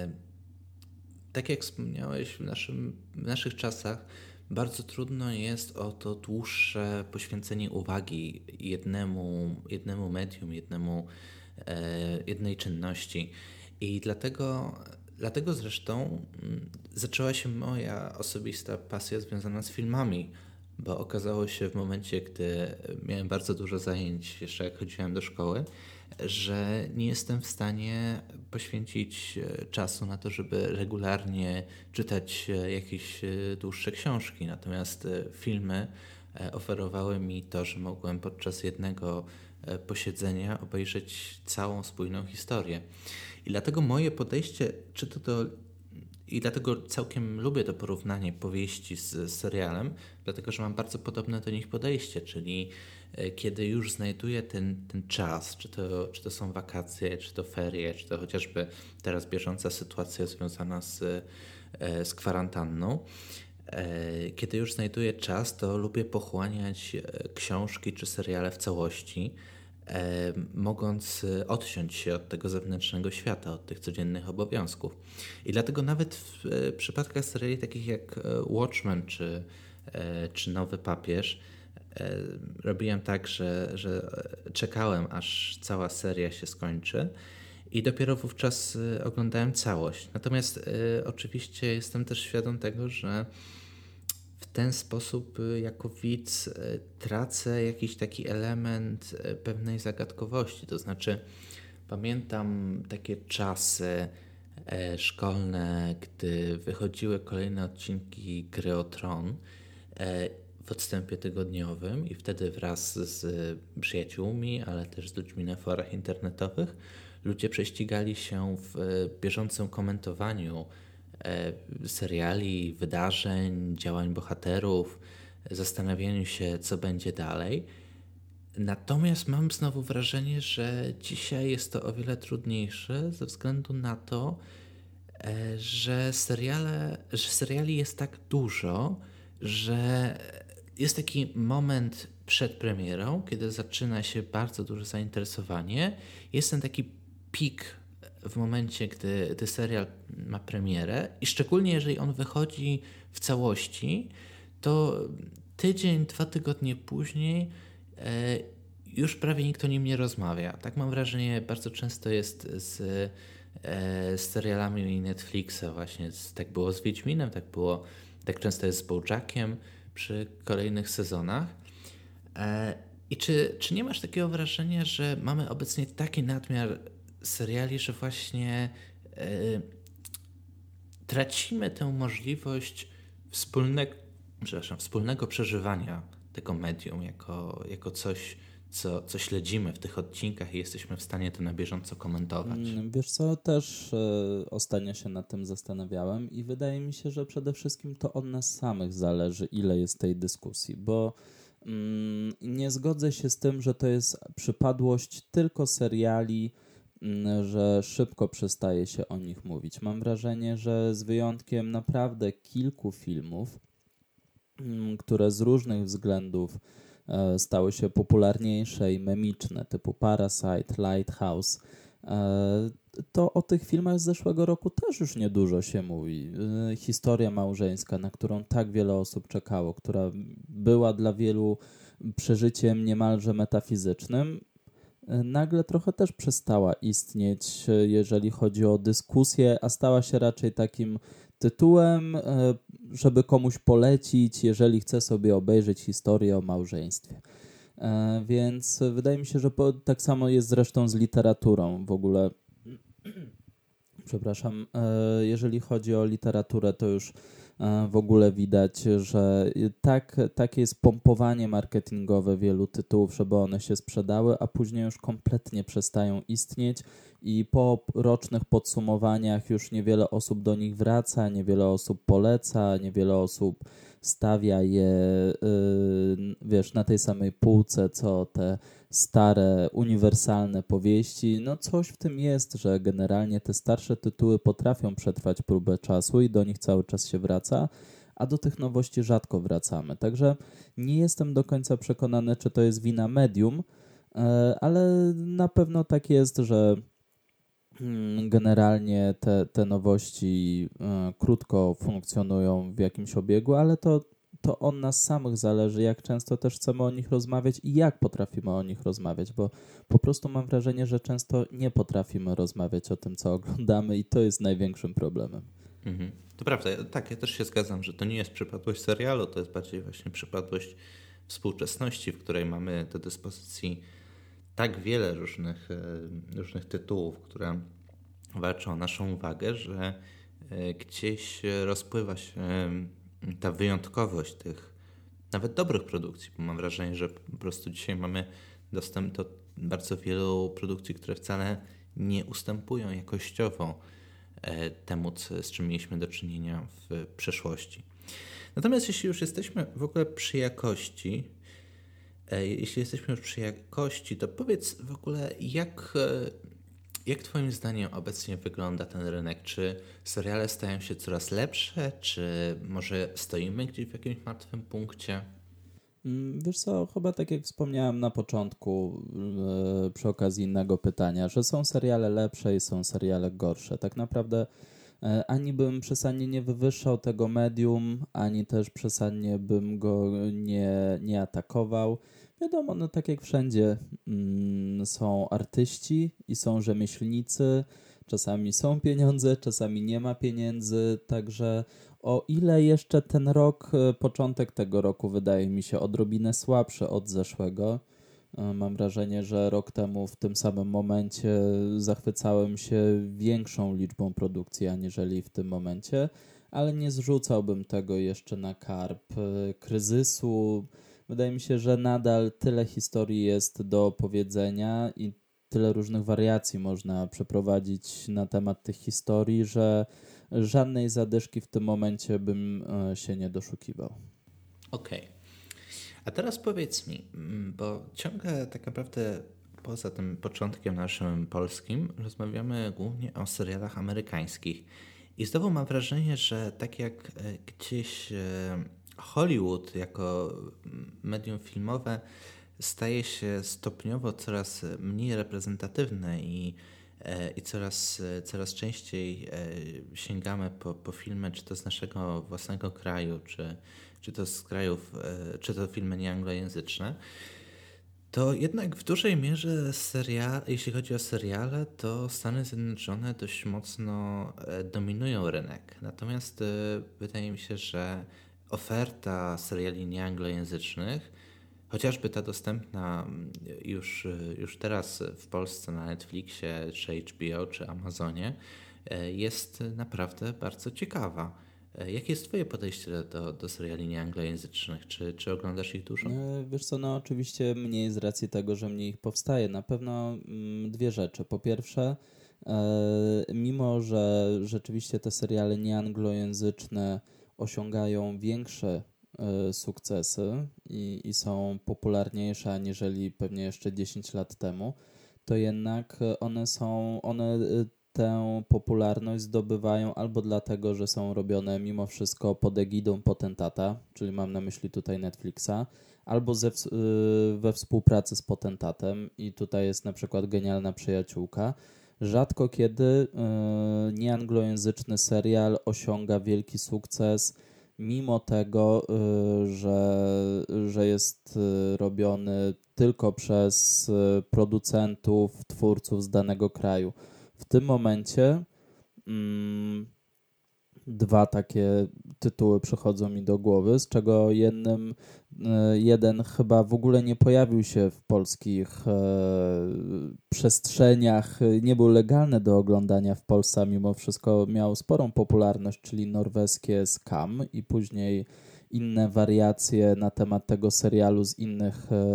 Tak jak wspomniałeś, w, naszym, w naszych czasach bardzo trudno jest o to dłuższe poświęcenie uwagi jednemu, jednemu medium, jednemu, jednej czynności. I dlatego, dlatego zresztą zaczęła się moja osobista pasja związana z filmami, bo okazało się w momencie, gdy miałem bardzo dużo zajęć, jeszcze jak chodziłem do szkoły, że nie jestem w stanie poświęcić czasu na to, żeby regularnie czytać jakieś dłuższe książki. Natomiast filmy oferowały mi to, że mogłem podczas jednego posiedzenia obejrzeć całą spójną historię. I dlatego moje podejście, czy to do I dlatego całkiem lubię to porównanie powieści z, z serialem, dlatego że mam bardzo podobne do nich podejście, czyli kiedy już znajduję ten, ten czas, czy to, czy to są wakacje, czy to ferie, czy to chociażby teraz bieżąca sytuacja związana z, z kwarantanną, kiedy już znajduję czas, to lubię pochłaniać książki czy seriale w całości, mogąc odciąć się od tego zewnętrznego świata, od tych codziennych obowiązków. I dlatego nawet w przypadkach seriali takich jak Watchmen czy, czy Nowy Papież robiłem tak, że, że czekałem, aż cała seria się skończy i dopiero wówczas oglądałem całość. Natomiast oczywiście jestem też świadom tego, że w ten sposób jako widz tracę jakiś taki element pewnej zagadkowości. To znaczy pamiętam takie czasy szkolne, gdy wychodziły kolejne odcinki Gry o Tron w odstępie tygodniowym i wtedy wraz z przyjaciółmi, ale też z ludźmi na forach internetowych ludzie prześcigali się w bieżącym komentowaniu seriali, wydarzeń, działań bohaterów, zastanawianiu się, co będzie dalej. Natomiast mam znowu wrażenie, że dzisiaj jest to o wiele trudniejsze ze względu na to, że, seriale, że seriali jest tak dużo, że jest taki moment przed premierą, kiedy zaczyna się bardzo duże zainteresowanie. Jest ten taki pik w momencie, gdy, gdy serial ma premierę i szczególnie jeżeli on wychodzi w całości, to tydzień, dwa tygodnie później e, już prawie nikt o nim nie rozmawia. Tak mam wrażenie, bardzo często jest z, e, z serialami Netflixa właśnie. Tak było z Wiedźminem, tak było, tak często jest z BoJackiem przy kolejnych sezonach. E, I czy, czy nie masz takiego wrażenia, że mamy obecnie taki nadmiar seriali, że właśnie e, tracimy tę możliwość wspólnego, przepraszam, wspólnego przeżywania tego medium jako, jako coś, co, co śledzimy w tych odcinkach i jesteśmy w stanie to na bieżąco komentować. Wiesz co, też e, ostatnio się nad tym zastanawiałem i wydaje mi się, że przede wszystkim to od nas samych zależy, ile jest tej dyskusji, bo mm, nie zgodzę się z tym, że to jest przypadłość tylko seriali, że szybko przestaje się o nich mówić. Mam wrażenie, że z wyjątkiem naprawdę kilku filmów, które z różnych względów stały się popularniejsze i memiczne, typu Parasite, Lighthouse, to o tych filmach z zeszłego roku też już niedużo się mówi. Historia małżeńska, na którą tak wiele osób czekało, która była dla wielu przeżyciem niemalże metafizycznym, nagle trochę też przestała istnieć, jeżeli chodzi o dyskusję, a stała się raczej takim tytułem, żeby komuś polecić, jeżeli chce sobie obejrzeć historię o małżeństwie. Więc wydaje mi się, że tak samo jest zresztą z literaturą w ogóle. Przepraszam, jeżeli chodzi o literaturę, to już w ogóle widać, że tak, takie jest pompowanie marketingowe wielu tytułów, żeby one się sprzedały, a później już kompletnie przestają istnieć i po rocznych podsumowaniach już niewiele osób do nich wraca, niewiele osób poleca, niewiele osób stawia je, wiesz, na tej samej półce, co te stare, uniwersalne powieści. No coś w tym jest, że generalnie te starsze tytuły potrafią przetrwać próbę czasu i do nich cały czas się wraca, a do tych nowości rzadko wracamy. Także nie jestem do końca przekonany, czy to jest wina medium, ale na pewno tak jest, że generalnie te, te nowości krótko funkcjonują w jakimś obiegu, ale to, to od nas samych zależy, jak często też chcemy o nich rozmawiać i jak potrafimy o nich rozmawiać, bo po prostu mam wrażenie, że często nie potrafimy rozmawiać o tym, co oglądamy i to jest największym problemem. Mhm. To prawda, tak, ja też się zgadzam, że to nie jest przypadłość serialu, to jest bardziej właśnie przypadłość współczesności, w której mamy do dyspozycji tak wiele różnych, różnych tytułów, które walczą o naszą uwagę, że gdzieś rozpływa się ta wyjątkowość tych nawet dobrych produkcji, bo mam wrażenie, że po prostu dzisiaj mamy dostęp do bardzo wielu produkcji, które wcale nie ustępują jakościowo temu, z czym mieliśmy do czynienia w przeszłości. Natomiast jeśli już jesteśmy w ogóle przy jakości, jeśli jesteśmy już przy jakości, to powiedz w ogóle, jak, jak Twoim zdaniem obecnie wygląda ten rynek? Czy seriale stają się coraz lepsze, czy może stoimy gdzieś w jakimś martwym punkcie? Wiesz co, chyba tak jak wspomniałem na początku yy, przy okazji innego pytania, że są seriale lepsze i są seriale gorsze. Tak naprawdę yy, ani bym przesadnie nie wywyższał tego medium, ani też przesadnie bym go nie, nie atakował. Wiadomo, no tak jak wszędzie yy, są artyści i są rzemieślnicy, czasami są pieniądze, czasami nie ma pieniędzy, także o ile jeszcze ten rok, początek tego roku wydaje mi się odrobinę słabszy od zeszłego. Mam wrażenie, że rok temu w tym samym momencie zachwycałem się większą liczbą produkcji aniżeli w tym momencie, ale nie zrzucałbym tego jeszcze na karb kryzysu. Wydaje mi się, że nadal tyle historii jest do opowiedzenia i tyle różnych wariacji można przeprowadzić na temat tych historii, że żadnej zadyszki w tym momencie bym się nie doszukiwał. Okej. Okay. A teraz powiedz mi, bo ciągle tak naprawdę poza tym początkiem naszym polskim rozmawiamy głównie o serialach amerykańskich. I znowu mam wrażenie, że tak jak gdzieś Hollywood jako medium filmowe staje się stopniowo coraz mniej reprezentatywne i, i coraz, coraz częściej sięgamy po, po filmy, czy to z naszego własnego kraju, czy, czy to z krajów, czy to filmy nieanglojęzyczne, to jednak w dużej mierze serial, jeśli chodzi o seriale, to Stany Zjednoczone dość mocno dominują rynek. Natomiast wydaje mi się, że oferta seriali nieanglojęzycznych, chociażby ta dostępna już, już teraz w Polsce na Netflixie, czy H B O, czy Amazonie, jest naprawdę bardzo ciekawa. Jakie jest Twoje podejście do, do, do seriali nieanglojęzycznych? Czy, czy oglądasz ich dużo? Wiesz co, no oczywiście mniej z racji tego, że mniej ich powstaje. Na pewno mm, dwie rzeczy. Po pierwsze, e, mimo że rzeczywiście te seriale nieanglojęzyczne osiągają większe e, sukcesy i, i są popularniejsze aniżeli pewnie jeszcze dziesięć lat temu, to jednak one są, one tę popularność zdobywają albo dlatego, że są robione mimo wszystko pod egidą potentata, czyli mam na myśli tutaj Netflixa, albo ze, we współpracy z potentatem i tutaj jest na przykład Genialna Przyjaciółka. Rzadko kiedy nieanglojęzyczny serial osiąga wielki sukces, mimo tego, że, że jest robiony tylko przez producentów, twórców z danego kraju. W tym momencie mm, dwa takie tytuły przychodzą mi do głowy, z czego jednym, jeden chyba w ogóle nie pojawił się w polskich e, przestrzeniach, nie był legalny do oglądania w Polsce, a mimo wszystko miał sporą popularność, czyli norweskie Skam i później inne wariacje na temat tego serialu z innych, e,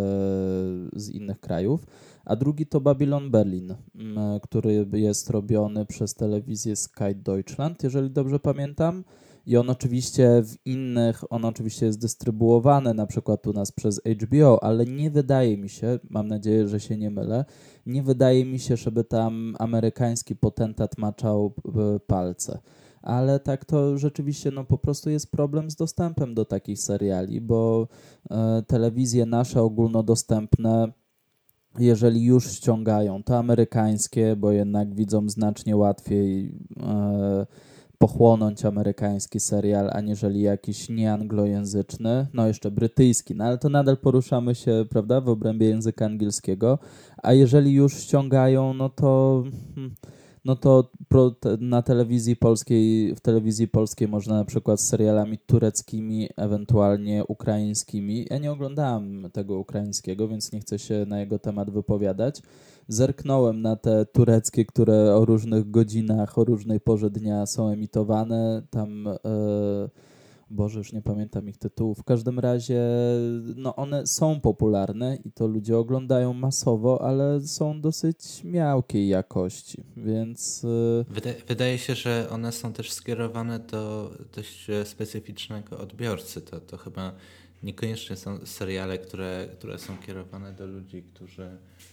z innych krajów. A drugi to Babylon Berlin, który jest robiony przez telewizję Sky Deutschland, jeżeli dobrze pamiętam. I on oczywiście w innych, on oczywiście jest dystrybuowany na przykład u nas przez H B O, ale nie wydaje mi się, mam nadzieję, że się nie mylę, nie wydaje mi się, żeby tam amerykański potentat maczał palce. Ale tak to rzeczywiście no po prostu jest problem z dostępem do takich seriali, bo e, telewizje nasze ogólnodostępne jeżeli już ściągają, to amerykańskie, bo jednak widzom znacznie łatwiej e, pochłonąć amerykański serial, aniżeli jakiś nieanglojęzyczny, no jeszcze brytyjski, no ale to nadal poruszamy się, prawda, w obrębie języka angielskiego, a jeżeli już ściągają, no to no to pro, te, na telewizji polskiej, w telewizji polskiej można na przykład z serialami tureckimi, ewentualnie ukraińskimi. Ja nie oglądałem tego ukraińskiego, więc nie chcę się na jego temat wypowiadać. Zerknąłem na te tureckie, które o różnych godzinach, o różnej porze dnia są emitowane. Tam, e, Boże, już nie pamiętam ich tytułów. W każdym razie, no one są popularne i to ludzie oglądają masowo, ale są dosyć miałkiej jakości, więc... E, Wydaje, wydaje się, że one są też skierowane do dość specyficznego odbiorcy. To, to chyba niekoniecznie są seriale, które, które są kierowane do ludzi, którzy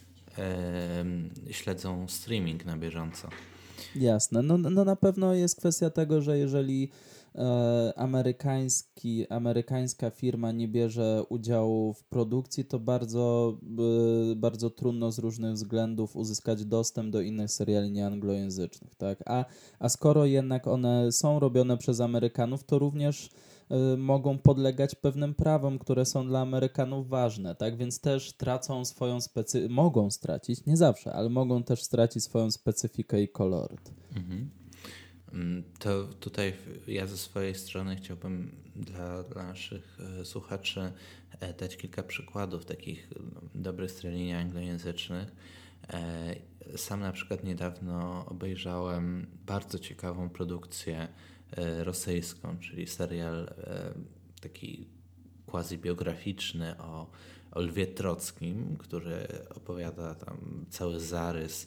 śledzą streaming na bieżąco. Jasne. No, no na pewno jest kwestia tego, że jeżeli e, amerykański, amerykańska firma nie bierze udziału w produkcji, to bardzo, e, bardzo trudno z różnych względów uzyskać dostęp do innych seriali nieanglojęzycznych. Tak? A, a skoro jednak one są robione przez Amerykanów, to również mogą podlegać pewnym prawom, które są dla Amerykanów ważne, tak? Więc też tracą swoją specyfikę, mogą stracić, nie zawsze, ale mogą też stracić swoją specyfikę i koloryt. Mhm. To tutaj ja ze swojej strony chciałbym dla, dla naszych słuchaczy dać kilka przykładów takich dobrych seriali anglojęzycznych. Sam na przykład niedawno obejrzałem bardzo ciekawą produkcję rosyjską, czyli serial taki quasi-biograficzny o, o Lwie Trockim, który opowiada tam cały zarys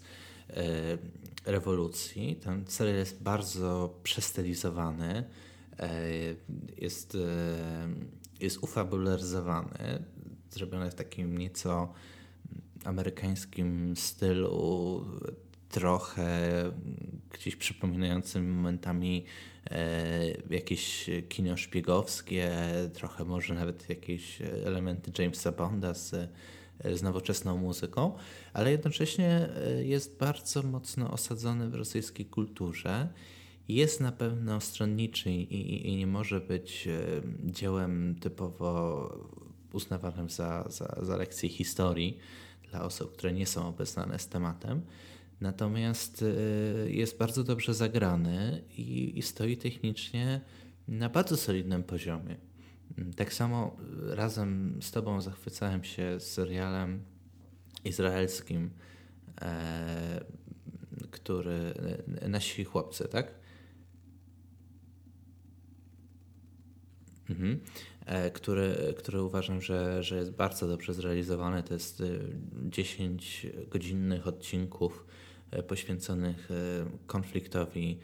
rewolucji. Ten serial jest bardzo przestylizowany, jest, jest ufabularyzowany, zrobiony w takim nieco amerykańskim stylu, trochę gdzieś przypominającym momentami e, jakieś kino szpiegowskie, trochę może nawet jakieś elementy Jamesa Bonda z, z nowoczesną muzyką, ale jednocześnie jest bardzo mocno osadzony w rosyjskiej kulturze. Jest na pewno stronniczy i, i, i nie może być dziełem typowo uznawanym za, za, za lekcję historii dla osób, które nie są obeznane z tematem. Natomiast jest bardzo dobrze zagrany i, i stoi technicznie na bardzo solidnym poziomie. Tak samo razem z Tobą zachwycałem się serialem izraelskim, e, który Nasi chłopcy, tak? Mhm. E, który, który uważam, że, że jest bardzo dobrze zrealizowany. To jest dziesięć godzinnych odcinków poświęconych konfliktowi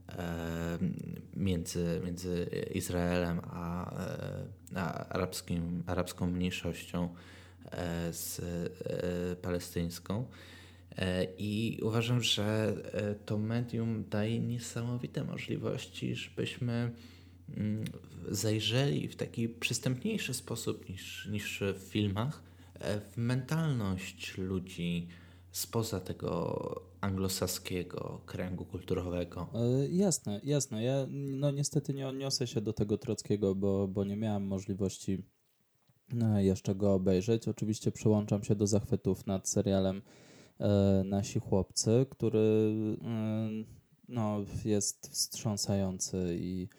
między, między Izraelem a, a arabskim, arabską mniejszością z palestyńską. I uważam, że to medium daje niesamowite możliwości, żebyśmy zajrzeli w taki przystępniejszy sposób niż, niż w filmach w mentalność ludzi spoza tego anglosaskiego kręgu kulturowego. E, jasne, jasne. Ja no niestety nie odniosę się do tego Trockiego, bo, bo nie miałem możliwości jeszcze go obejrzeć. Oczywiście przyłączam się do zachwytów nad serialem e, Nasi chłopcy, który e, no, jest wstrząsający i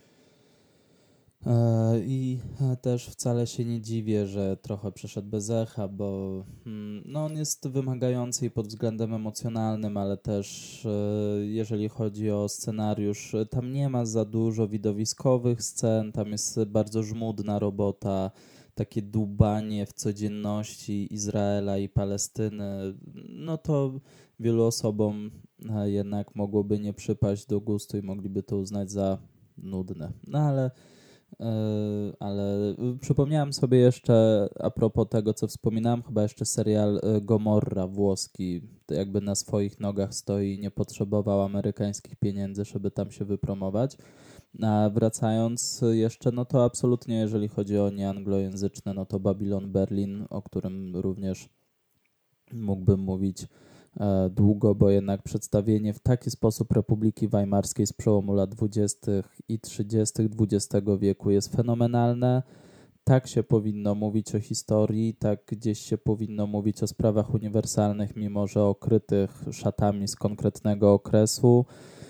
I też wcale się nie dziwię, że trochę przeszedł bez echa, bo no on jest wymagający i pod względem emocjonalnym, ale też jeżeli chodzi o scenariusz, tam nie ma za dużo widowiskowych scen, tam jest bardzo żmudna robota, takie dłubanie w codzienności Izraela i Palestyny, no to wielu osobom jednak mogłoby nie przypaść do gustu i mogliby to uznać za nudne. No ale ale przypomniałem sobie jeszcze a propos tego, co wspominałem, chyba jeszcze serial Gomorra włoski, jakby na swoich nogach stoi i nie potrzebował amerykańskich pieniędzy, żeby tam się wypromować. A wracając jeszcze, no to absolutnie jeżeli chodzi o nieanglojęzyczne, no to Babylon Berlin, o którym również mógłbym mówić e, długo, bo jednak przedstawienie w taki sposób Republiki Weimarskiej z przełomu lat dwudziestych i trzydziestych dwudziestego wieku jest fenomenalne. Tak się powinno mówić o historii, tak gdzieś się powinno mówić o sprawach uniwersalnych, mimo że okrytych szatami z konkretnego okresu.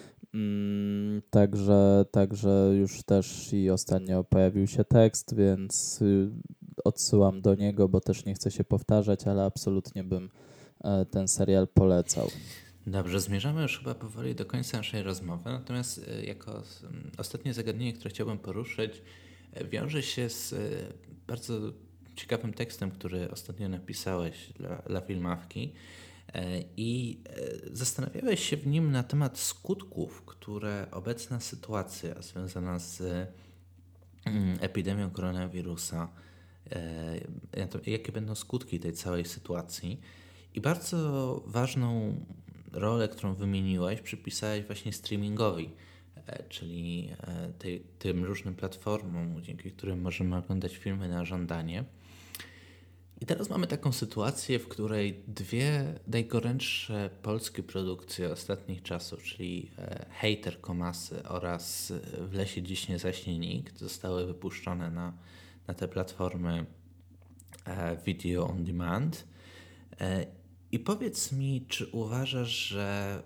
Mm, także, także już też i ostatnio pojawił się tekst, więc y, odsyłam do niego, bo też nie chcę się powtarzać, ale absolutnie bym e, ten serial polecał. Dobrze, zmierzamy już chyba powoli do końca naszej rozmowy, natomiast y, jako s- m, ostatnie zagadnienie, które chciałbym poruszyć, y, wiąże się z y, bardzo ciekawym tekstem, który ostatnio napisałeś dla, dla Filmawki. E, I e, zastanawiałeś się w nim na temat skutków, które obecna sytuacja związana z mm, epidemią koronawirusa, e, to- jakie będą skutki tej całej sytuacji. I bardzo ważną rolę, którą wymieniłeś, przypisałeś właśnie streamingowi, e, czyli e, tej, tym różnym platformom, dzięki którym możemy oglądać filmy na żądanie. I teraz mamy taką sytuację, w której dwie najgorętsze polskie produkcje ostatnich czasów, czyli e, Hejter Komasy oraz e, W lesie dziś nie zaśnie nikt, zostały wypuszczone na, na te platformy e, video on demand. E, I powiedz mi, czy uważasz, że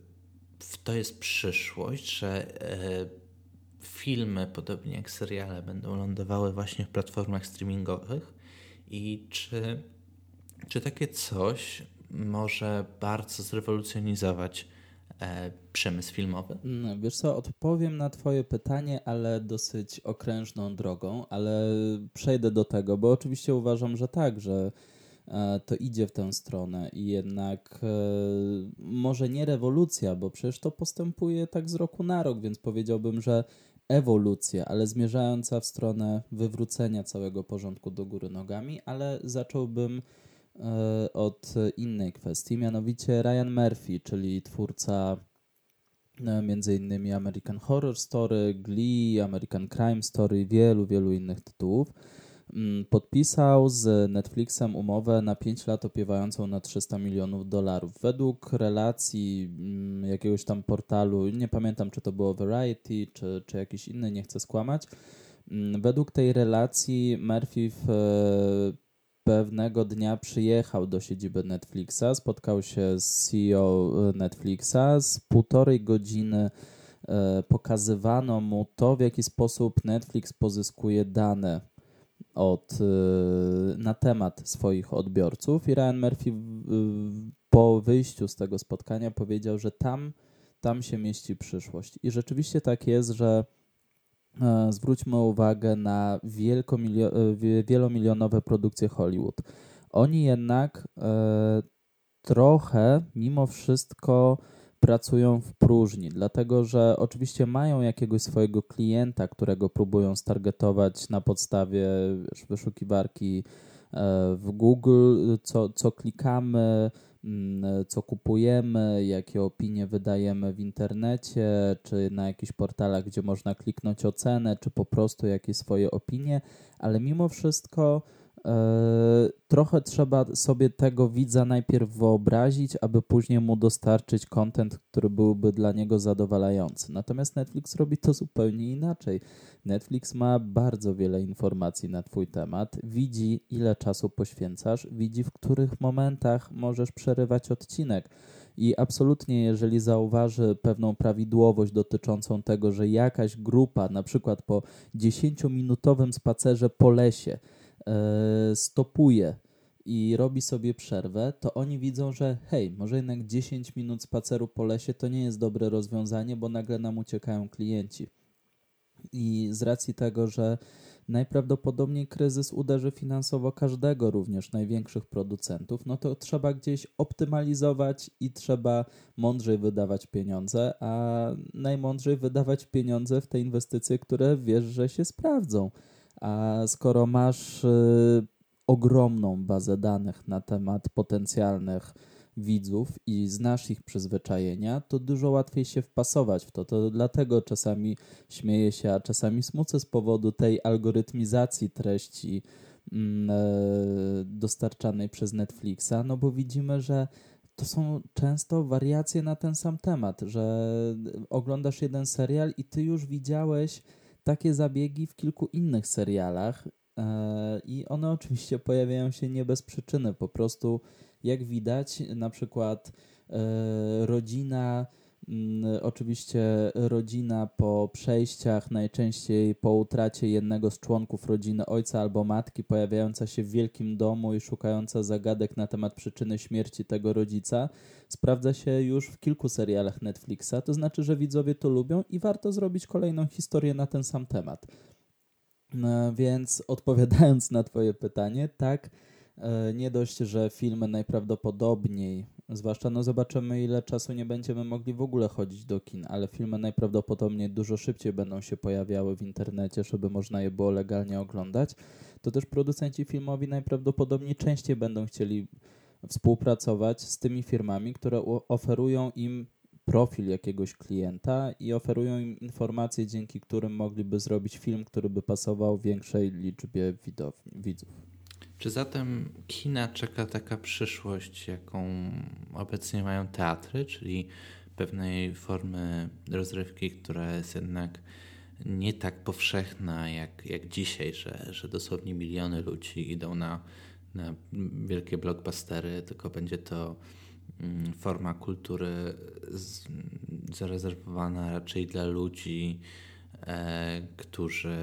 w- to jest przyszłość, że e, filmy, podobnie jak seriale, będą lądowały właśnie w platformach streamingowych? I czy, czy takie coś może bardzo zrewolucjonizować e, przemysł filmowy? No, wiesz co, odpowiem na twoje pytanie, ale dosyć okrężną drogą, ale przejdę do tego, bo oczywiście uważam, że tak, że e, to idzie w tę stronę i jednak e, może nie rewolucja, bo przecież to postępuje tak z roku na rok, więc powiedziałbym, że ewolucja, ale zmierzająca w stronę wywrócenia całego porządku do góry nogami, ale zacząłbym e, od innej kwestii, mianowicie Ryan Murphy, czyli twórca e, między innymi American Horror Story, Glee, American Crime Story i wielu, wielu innych tytułów, mm, podpisał z Netflixem umowę na pięć lat opiewającą na trzysta milionów dolarów. Według relacji mm, jakiegoś tam portalu, nie pamiętam czy to było Variety, czy, czy jakiś inny, nie chcę skłamać, mm, według tej relacji Murphy w e, pewnego dnia przyjechał do siedziby Netflixa, spotkał się z C E O Netflixa, z półtorej godziny e, pokazywano mu to, w jaki sposób Netflix pozyskuje dane od, e, na temat swoich odbiorców i Ryan Murphy w, w, po wyjściu z tego spotkania powiedział, że tam, tam się mieści przyszłość. I rzeczywiście tak jest, że e, zwróćmy uwagę na wielkomilio- e, wie- wielomilionowe produkcje Hollywood. Oni jednak e, trochę mimo wszystko pracują w próżni, dlatego że oczywiście mają jakiegoś swojego klienta, którego próbują stargetować na podstawie wiesz, wyszukiwarki e, w Google, co, co klikamy, mm, co kupujemy, jakie opinie wydajemy w internecie, czy na jakichś portalach, gdzie można kliknąć ocenę, czy po prostu jakieś swoje opinie, ale mimo wszystko e, trochę trzeba sobie tego widza najpierw wyobrazić, aby później mu dostarczyć content, który byłby dla niego zadowalający. Natomiast Netflix robi to zupełnie inaczej. Netflix ma bardzo wiele informacji na twój temat, widzi ile czasu poświęcasz, widzi w których momentach możesz przerywać odcinek. I absolutnie, jeżeli zauważy pewną prawidłowość dotyczącą tego, że jakaś grupa, na przykład po dziesięciominutowym spacerze po lesie, e, stopuje i robi sobie przerwę, to oni widzą, że hej, może jednak dziesięć minut spaceru po lesie to nie jest dobre rozwiązanie, bo nagle nam uciekają klienci. I z racji tego, że najprawdopodobniej kryzys uderzy finansowo każdego, również największych producentów, no to trzeba gdzieś optymalizować i trzeba mądrzej wydawać pieniądze, a najmądrzej wydawać pieniądze w te inwestycje, które wiesz, że się sprawdzą. A skoro masz y, ogromną bazę danych na temat potencjalnych widzów i znasz ich przyzwyczajenia, to dużo łatwiej się wpasować w to. To dlatego czasami śmieję się, a czasami smucę z powodu tej algorytmizacji treści dostarczanej przez Netflixa, no bo widzimy, że to są często wariacje na ten sam temat, że oglądasz jeden serial i ty już widziałeś takie zabiegi w kilku innych serialach i one oczywiście pojawiają się nie bez przyczyny. Po prostu jak widać, na przykład rodzina, oczywiście rodzina po przejściach, najczęściej po utracie jednego z członków rodziny, ojca albo matki, pojawiająca się w wielkim domu i szukająca zagadek na temat przyczyny śmierci tego rodzica, sprawdza się już w kilku serialach Netflixa. To znaczy, że widzowie to lubią i warto zrobić kolejną historię na ten sam temat. No, więc odpowiadając na twoje pytanie, tak, nie dość, że filmy najprawdopodobniej, zwłaszcza no zobaczymy, ile czasu nie będziemy mogli w ogóle chodzić do kin, ale filmy najprawdopodobniej dużo szybciej będą się pojawiały w internecie, żeby można je było legalnie oglądać, to też producenci filmowi najprawdopodobniej częściej będą chcieli współpracować z tymi firmami, które oferują im profil jakiegoś klienta i oferują im informacje, dzięki którym mogliby zrobić film, który by pasował większej liczbie widowni, widzów. Czy zatem kina czeka taka przyszłość, jaką obecnie mają teatry, czyli pewnej formy rozrywki, która jest jednak nie tak powszechna jak, jak dzisiaj, że, że dosłownie miliony ludzi idą na, na wielkie blockbustery, tylko będzie to forma kultury z, zarezerwowana raczej dla ludzi, e, którzy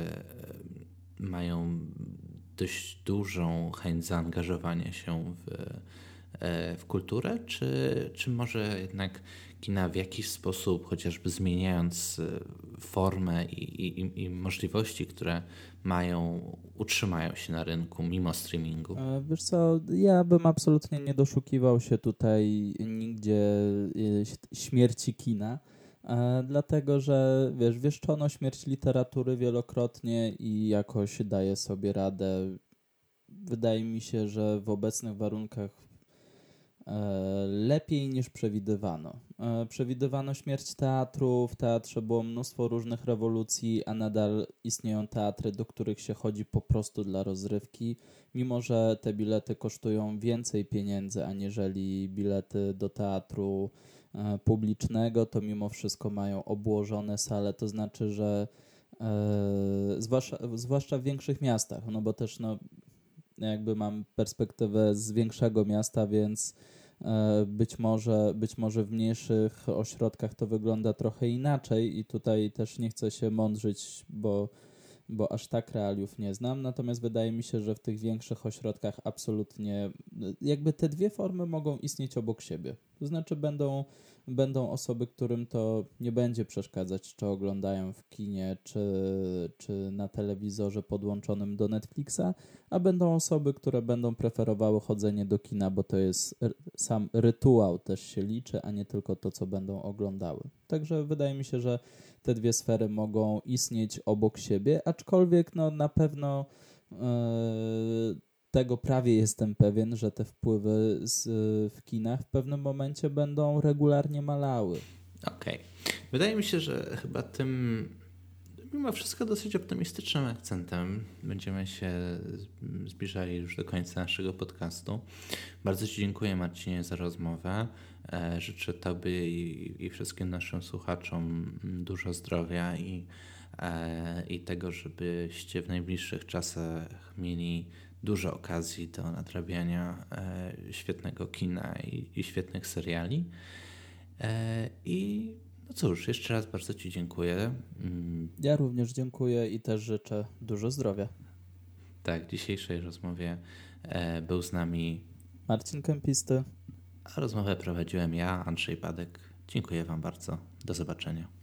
mają dość dużą chęć zaangażowania się w, w kulturę, czy, czy może jednak kina w jakiś sposób, chociażby zmieniając formę i, i, i możliwości, które mają, utrzymają się na rynku mimo streamingu? Wiesz co, ja bym absolutnie nie doszukiwał się tutaj nigdzie śmierci kina, dlatego że wiesz, wieszczono śmierć literatury wielokrotnie i jakoś daje sobie radę. Wydaje mi się, że w obecnych warunkach lepiej niż przewidywano. Przewidywano śmierć teatru, w teatrze było mnóstwo różnych rewolucji, a nadal istnieją teatry, do których się chodzi po prostu dla rozrywki, mimo że te bilety kosztują więcej pieniędzy aniżeli bilety do teatru publicznego, to mimo wszystko mają obłożone sale, to znaczy, że e, zwłaszcza, zwłaszcza w większych miastach, no bo też no, jakby mam perspektywę z większego miasta, więc e, być może, być może w mniejszych ośrodkach to wygląda trochę inaczej i tutaj też nie chcę się mądrzyć, bo bo aż tak realiów nie znam, natomiast wydaje mi się, że w tych większych ośrodkach absolutnie jakby te dwie formy mogą istnieć obok siebie. To znaczy będą, będą osoby, którym to nie będzie przeszkadzać, czy oglądają w kinie, czy, czy na telewizorze podłączonym do Netflixa, a będą osoby, które będą preferowały chodzenie do kina, bo to jest sam rytuał też się liczy, a nie tylko to, co będą oglądały. Także wydaje mi się, że te dwie sfery mogą istnieć obok siebie, aczkolwiek no, na pewno yy, tego prawie jestem pewien, że te wpływy z, w kinach w pewnym momencie będą regularnie malały. Okej. Okay. Wydaje mi się, że chyba tym mimo wszystko dosyć optymistycznym akcentem będziemy się zbliżali już do końca naszego podcastu. Bardzo Ci dziękuję, Marcinie, za rozmowę. Życzę Tobie i, i wszystkim naszym słuchaczom dużo zdrowia i, i tego, żebyście w najbliższych czasach mieli dużo okazji do nadrabiania świetnego kina i, i świetnych seriali. I no cóż, jeszcze raz bardzo Ci dziękuję. Ja również dziękuję i też życzę dużo zdrowia. Tak, w dzisiejszej rozmowie był z nami Marcin Kępisty. A rozmowę prowadziłem ja, Andrzej Badek. Dziękuję Wam bardzo. Do zobaczenia.